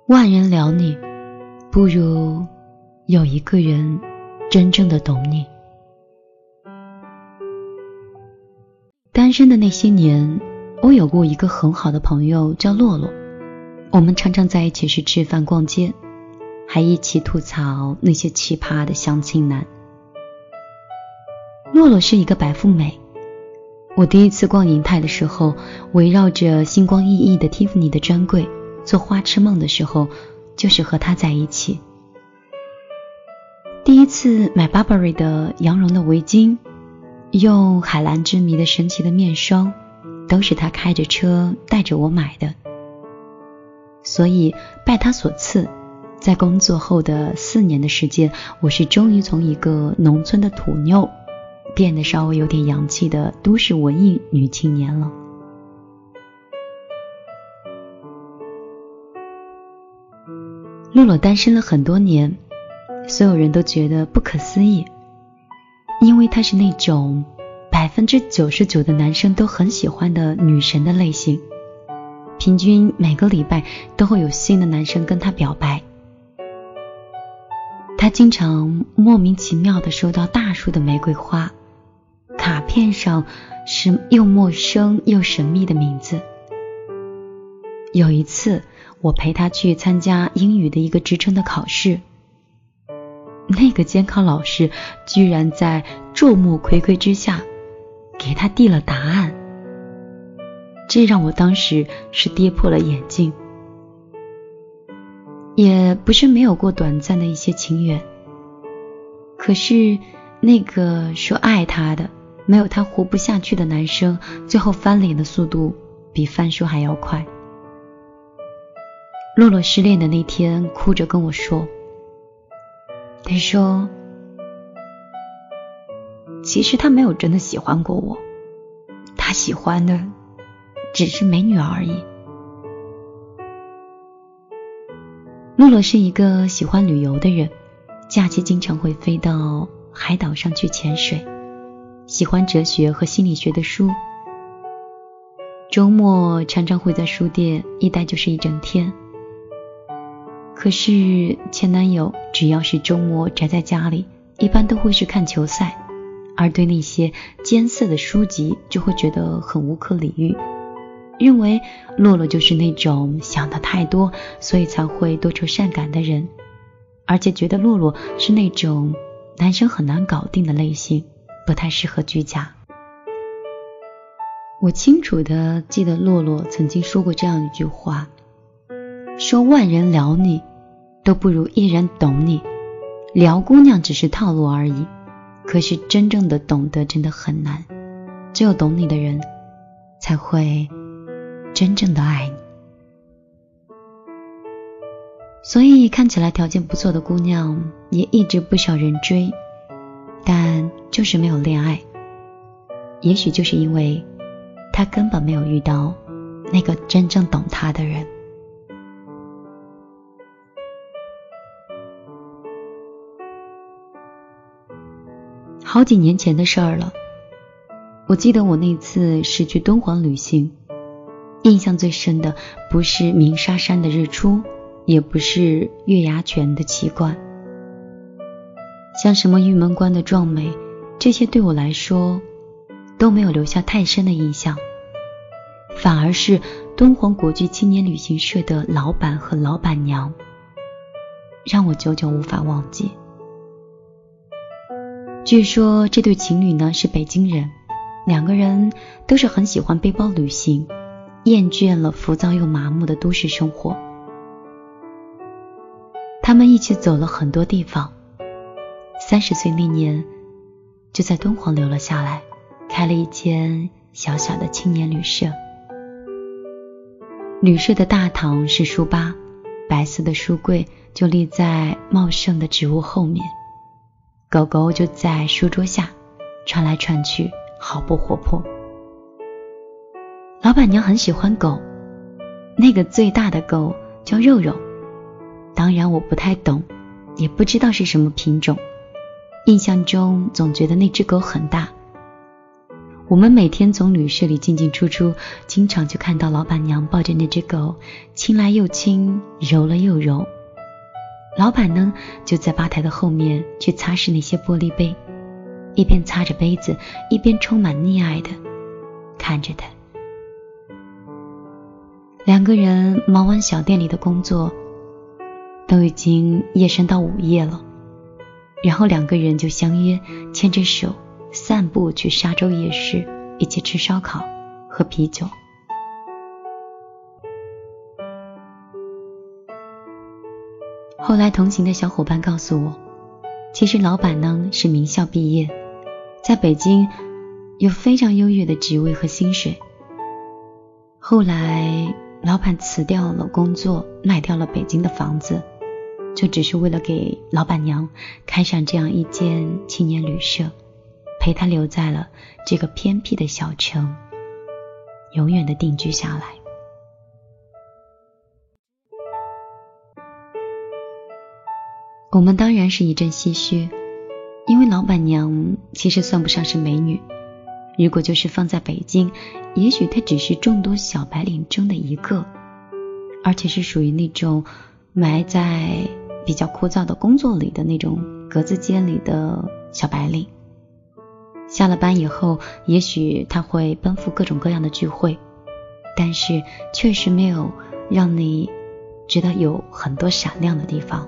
万人聊你，不如有一个人真正的懂你。单身的那些年，我有过一个很好的朋友叫洛洛，我们常常在一起去吃饭逛街，还一起吐槽那些奇葩的相亲男。洛洛是一个白富美，我第一次逛银泰的时候，围绕着星光熠熠的蒂芙尼的专柜做花痴梦的时候，就是和他在一起。第一次买 Burberry 的羊绒的围巾，用海蓝之谜的神奇的面霜，都是他开着车带着我买的。所以拜他所赐，在工作后的4年的时间，我是终于从一个农村的土妞变得稍微有点洋气的都市文艺女青年了。洛洛单身了很多年，所有人都觉得不可思议，因为她是那种99%的男生都很喜欢的女神的类型，平均每个礼拜都会有新的男生跟她表白。她经常莫名其妙地收到大束的玫瑰花，卡片上是又陌生又神秘的名字。有一次我陪她去参加英语的一个职称的考试，那个监考老师居然在众目睽睽之下给她递了答案，这让我当时是跌破了眼镜。也不是没有过短暂的一些情缘，可是那个说爱她的没有她活不下去的男生，最后翻脸的速度比翻书还要快。洛洛失恋的那天哭着跟我说，他说其实他没有真的喜欢过我，他喜欢的只是美女而已。洛洛是一个喜欢旅游的人，假期经常会飞到海岛上去潜水，喜欢哲学和心理学的书，周末常常会在书店一待就是一整天。可是前男友只要是周末宅在家里，一般都会去看球赛，而对那些艰涩的书籍就会觉得很无可理喻，认为洛洛就是那种想得太多，所以才会多愁善感的人，而且觉得洛洛是那种男生很难搞定的类型，不太适合居家。我清楚地记得洛洛曾经说过这样一句话，说万人聊你都不如一人懂你，聊姑娘只是套路而已，可是真正的懂得真的很难，只有懂你的人才会真正的爱你。所以看起来条件不错的姑娘也一直不少人追，但就是没有恋爱，也许就是因为她根本没有遇到那个真正懂她的人。好几年前的事儿了，我记得我那次是去敦煌旅行，印象最深的不是鸣沙山的日出，也不是月牙泉的奇观，像什么玉门关的壮美，这些对我来说都没有留下太深的印象，反而是敦煌国际青年旅行社的老板和老板娘，让我久久无法忘记。据说这对情侣呢是北京人，2个人都是很喜欢背包旅行，厌倦了浮躁又麻木的都市生活。他们一起走了很多地方，30岁那年就在敦煌留了下来，开了一间小小的青年旅社。旅社的大堂是书吧，白色的书柜就立在茂盛的植物后面，狗狗就在书桌下窜来窜去，好不活泼。老板娘很喜欢狗，那个最大的狗叫肉肉，当然我不太懂，也不知道是什么品种，印象中总觉得那只狗很大。 我们每天从旅社里进进出出，经常就看到老板娘抱着那只狗，亲来又亲，揉了又揉。老板呢，就在吧台的后面去擦拭那些玻璃杯，一边擦着杯子，一边充满溺爱的看着他。两个人忙完小店里的工作，都已经夜深到午夜了，然后两个人就相约牵着手散步去沙洲夜市，一起吃烧烤喝啤酒。后来同行的小伙伴告诉我，其实老板呢是名校毕业，在北京有非常优越的职位和薪水。后来老板辞掉了工作，卖掉了北京的房子，就只是为了给老板娘开上这样一间青年旅社，陪她留在了这个偏僻的小城，永远的定居下来。我们当然是一阵唏嘘，因为老板娘其实算不上是美女，如果就是放在北京，也许她只是众多小白领中的一个，而且是属于那种埋在比较枯燥的工作里的那种格子间里的小白领。下了班以后，也许她会奔赴各种各样的聚会，但是确实没有让你觉得有很多闪亮的地方。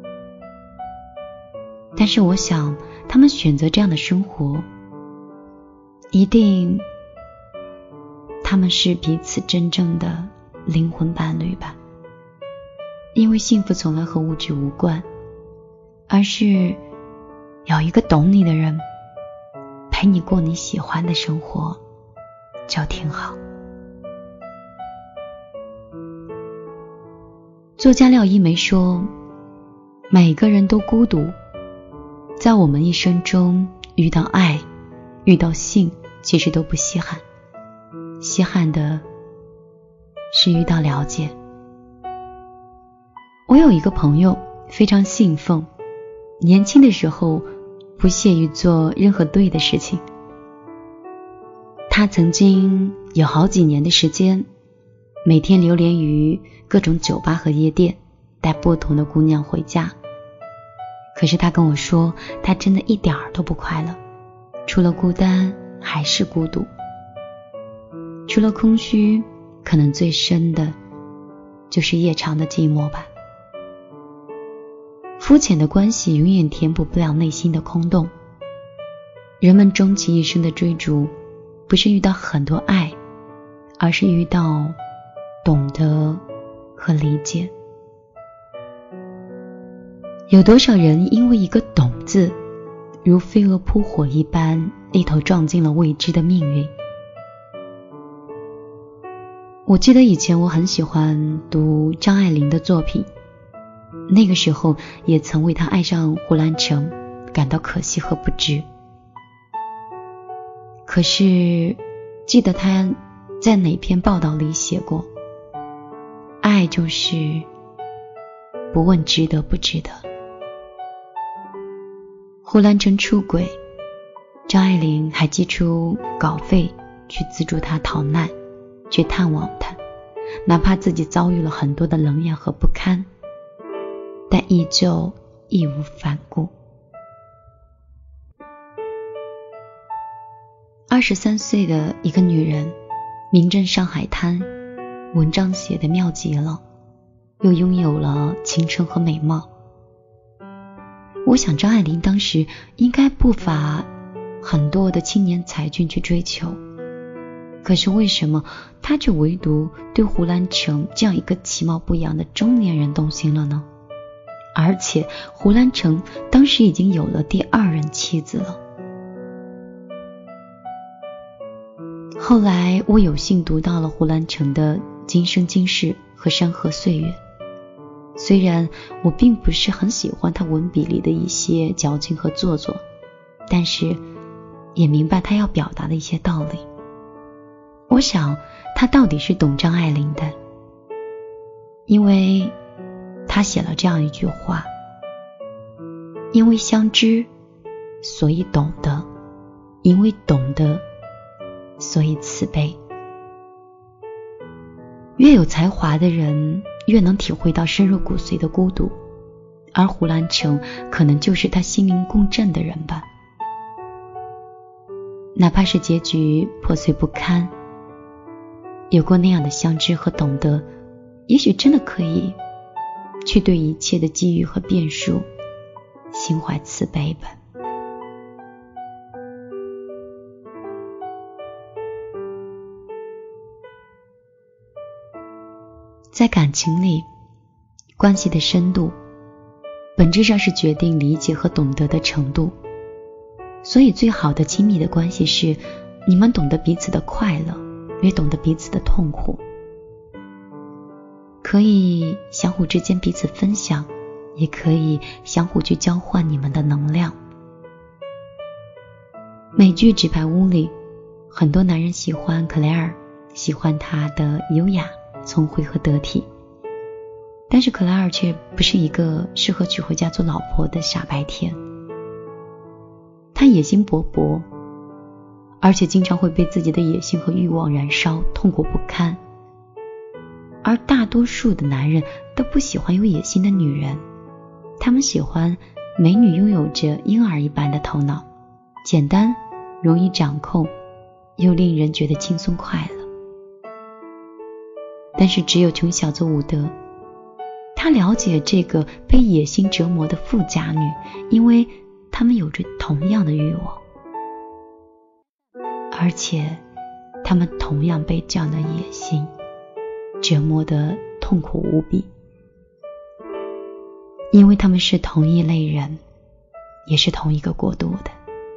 但是我想他们选择这样的生活，一定他们是彼此真正的灵魂伴侣吧。因为幸福从来和物质无关，而是有一个懂你的人陪你过你喜欢的生活，就挺好。作家廖一梅说，每个人都孤独，在我们一生中遇到爱遇到性其实都不稀罕，稀罕的是遇到了解。我有一个朋友非常信奉，年轻的时候不屑于做任何对的事情。他曾经有好几年的时间，每天流连于各种酒吧和夜店，带不同的姑娘回家。可是他跟我说，他真的一点儿都不快乐，除了孤单还是孤独，除了空虚，可能最深的就是夜长的寂寞吧。肤浅的关系永远填补不了内心的空洞，人们终其一生的追逐，不是遇到很多爱，而是遇到懂得和理解。有多少人因为一个懂字，如飞蛾扑火一般，一头撞进了未知的命运。我记得以前我很喜欢读张爱玲的作品，那个时候也曾为她爱上胡兰成感到可惜和不值。可是记得她在哪篇报道里写过，爱就是不问值得不值得。胡兰成出轨，张爱玲还寄出稿费去资助他逃难，去探望他，哪怕自己遭遇了很多的冷眼和不堪，但依旧义无反顾。23岁的一个女人，名震上海滩，文章写得妙极了，又拥有了青春和美貌。我想张爱玲当时应该不乏很多的青年才俊去追求，可是为什么她却唯独对胡兰成这样一个其貌不扬的中年人动心了呢？而且胡兰成当时已经有了第二任妻子了。后来我有幸读到了胡兰成的《今生今世》和《山河岁月》，虽然我并不是很喜欢他文笔里的一些矫情和做作，但是也明白他要表达的一些道理。我想他到底是懂张爱玲的，因为他写了这样一句话：因为相知所以懂得，因为懂得所以慈悲。越有才华的人越能体会到深入骨髓的孤独，而胡兰成可能就是他心灵共振的人吧。哪怕是结局破碎不堪，有过那样的相知和懂得，也许真的可以去对一切的机遇和变数心怀慈悲吧。在感情里，关系的深度本质上是决定理解和懂得的程度，所以最好的亲密的关系是你们懂得彼此的快乐，也懂得彼此的痛苦，可以相互之间彼此分享，也可以相互去交换你们的能量。美剧《纸牌屋》里，很多男人喜欢克莱尔，喜欢她的优雅、聪慧和得体，但是克莱尔却不是一个适合娶回家做老婆的傻白甜。她野心勃勃，而且经常会被自己的野心和欲望燃烧，痛苦不堪。而大多数的男人都不喜欢有野心的女人，他们喜欢美女拥有着婴儿一般的头脑，简单，容易掌控，又令人觉得轻松快乐。但是只有穷小子伍德，他了解这个被野心折磨的富家女，因为他们有着同样的欲望，而且他们同样被这样的野心折磨得痛苦无比，因为他们是同一类人，也是同一个国度的。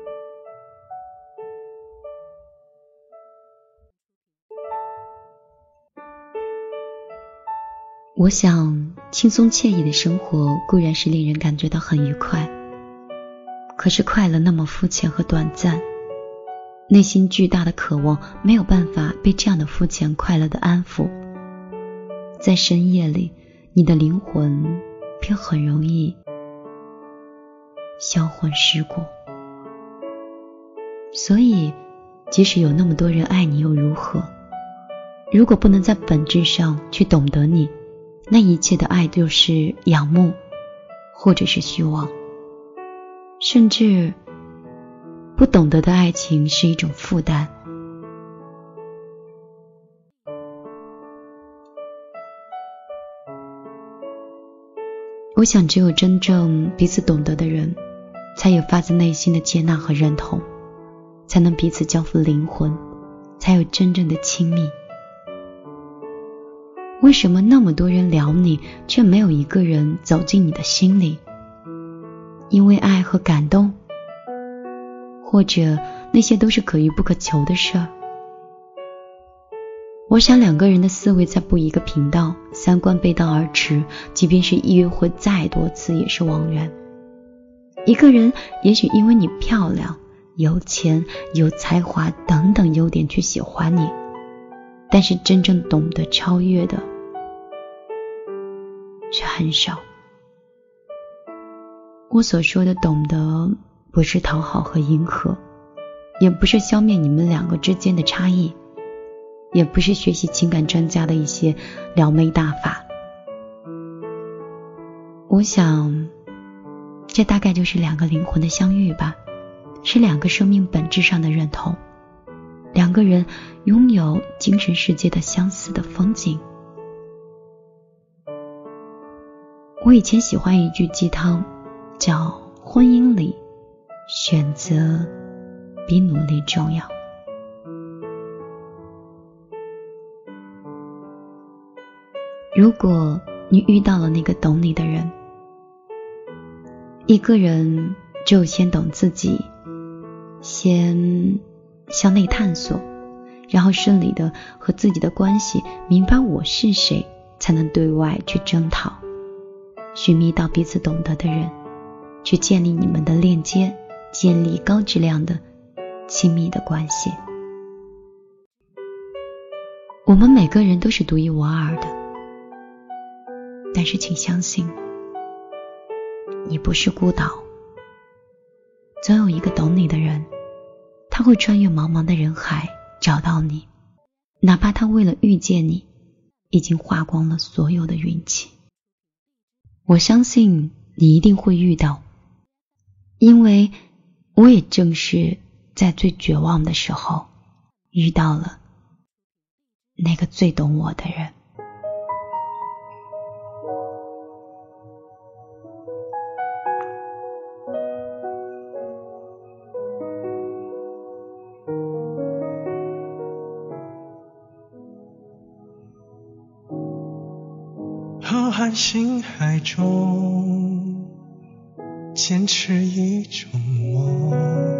我想轻松惬意的生活固然是令人感觉到很愉快，可是快乐那么肤浅和短暂，内心巨大的渴望没有办法被这样的肤浅快乐的安抚，在深夜里你的灵魂便很容易销魂失过。所以即使有那么多人爱你又如何，如果不能在本质上去懂得你，那一切的爱就是仰慕，或者是虚妄，甚至不懂得的爱情是一种负担。我想只有真正彼此懂得的人，才有发自内心的接纳和认同，才能彼此交付灵魂，才有真正的亲密。为什么那么多人聊你，却没有一个人走进你的心里？因为爱和感动，或者那些都是可遇不可求的事儿。我想两个人的思维在不一个频道，三观背道而驰，即便是约会再多次也是枉然。一个人也许因为你漂亮、有钱、有才华等等优点去喜欢你，但是真正懂得超越的却很少。我所说的懂得，不是讨好和迎合，也不是消灭你们两个之间的差异，也不是学习情感专家的一些撩妹大法。我想这大概就是两个灵魂的相遇吧，是两个生命本质上的认同，两个人拥有精神世界的相似的风景。我以前喜欢一句鸡汤，叫婚姻里选择比努力重要。如果你遇到了那个懂你的人，一个人只有先懂自己，先向内探索，然后顺利的和自己的关系明白我是谁，才能对外去征讨，寻觅到彼此懂得的人，去建立你们的链接，建立高质量的亲密的关系。我们每个人都是独一无二的，但是请相信，你不是孤岛，总有一个懂你的人，他会穿越茫茫的人海， 找到你，哪怕他为了遇见你已经花光了所有的运气。我相信你一定会遇到，因为我也正是在最绝望的时候遇到了那个最懂我的人。 浩瀚星海中坚持一种梦，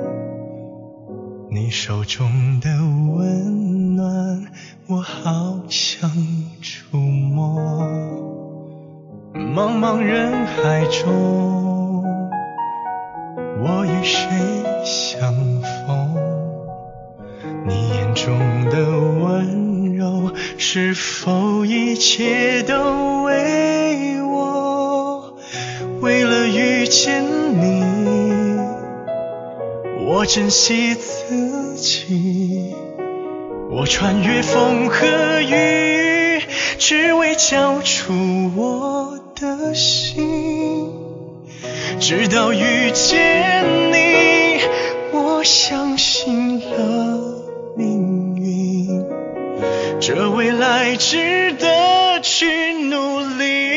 你手中的温暖我好想触摸。茫茫人海中我与谁相逢，你眼中的温柔是否一切都为我？为了遇见你，我珍惜自己，我穿越风和雨，只为交出我的心。直到遇见你，我相信了命运，这未来值得去努力。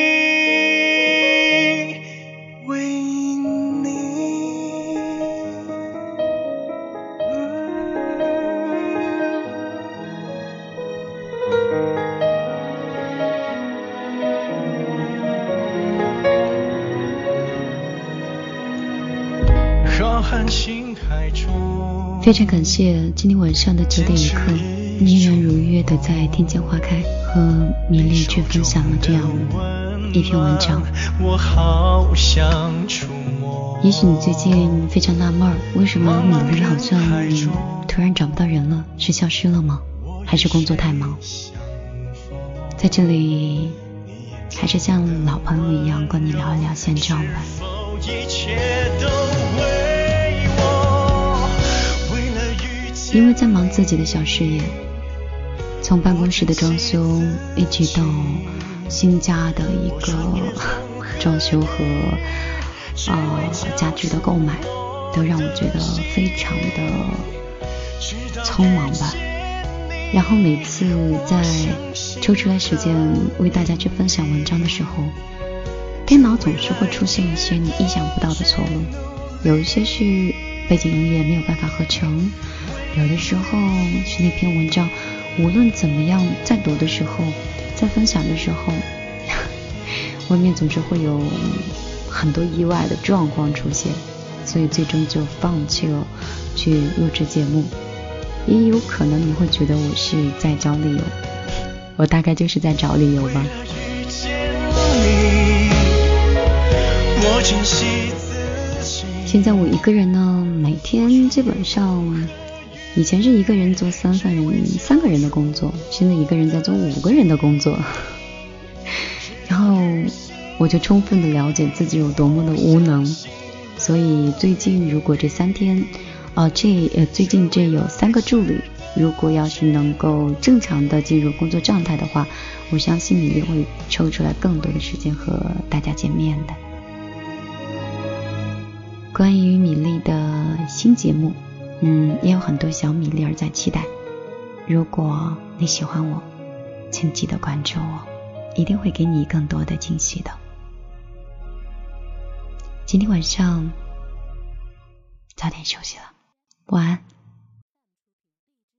非常感谢今天晚上的9点一刻，依然如约的在听见花开和米粒去分享了这样一篇文章。也许你最近非常纳闷，为什么米粒好像突然找不到人了？是消失了吗？还是工作太忙？在这里还是像老朋友一样跟你聊一聊现状吧。因为在忙自己的小事业，从办公室的装修一直到新家的一个装修和家具的购买，都让我觉得非常的匆忙吧。然后每次在抽出来时间为大家去分享文章的时候，电脑总是会出现一些你意想不到的错误，有一些是背景音乐没有办法合成，有的时候是那篇文章无论怎么样在读的时候，在分享的时候外面总是会有很多意外的状况出现，所以最终就放弃了去录制节目。也有可能你会觉得我是在找理由，我大概就是在找理由吧。现在我一个人呢，每天基本上以前是一个人做3个人的工作，现在一个人在做5个人的工作。然后我就充分的了解自己有多么的无能，所以最近如果这3天最近这有3个助理，如果要是能够正常的进入工作状态的话，我相信米粒会抽出来更多的时间和大家见面的。关于米粒的新节目也有很多小米粒儿在期待。如果你喜欢我，请记得关注我，一定会给你更多的惊喜的。今天晚上早点休息了，晚安。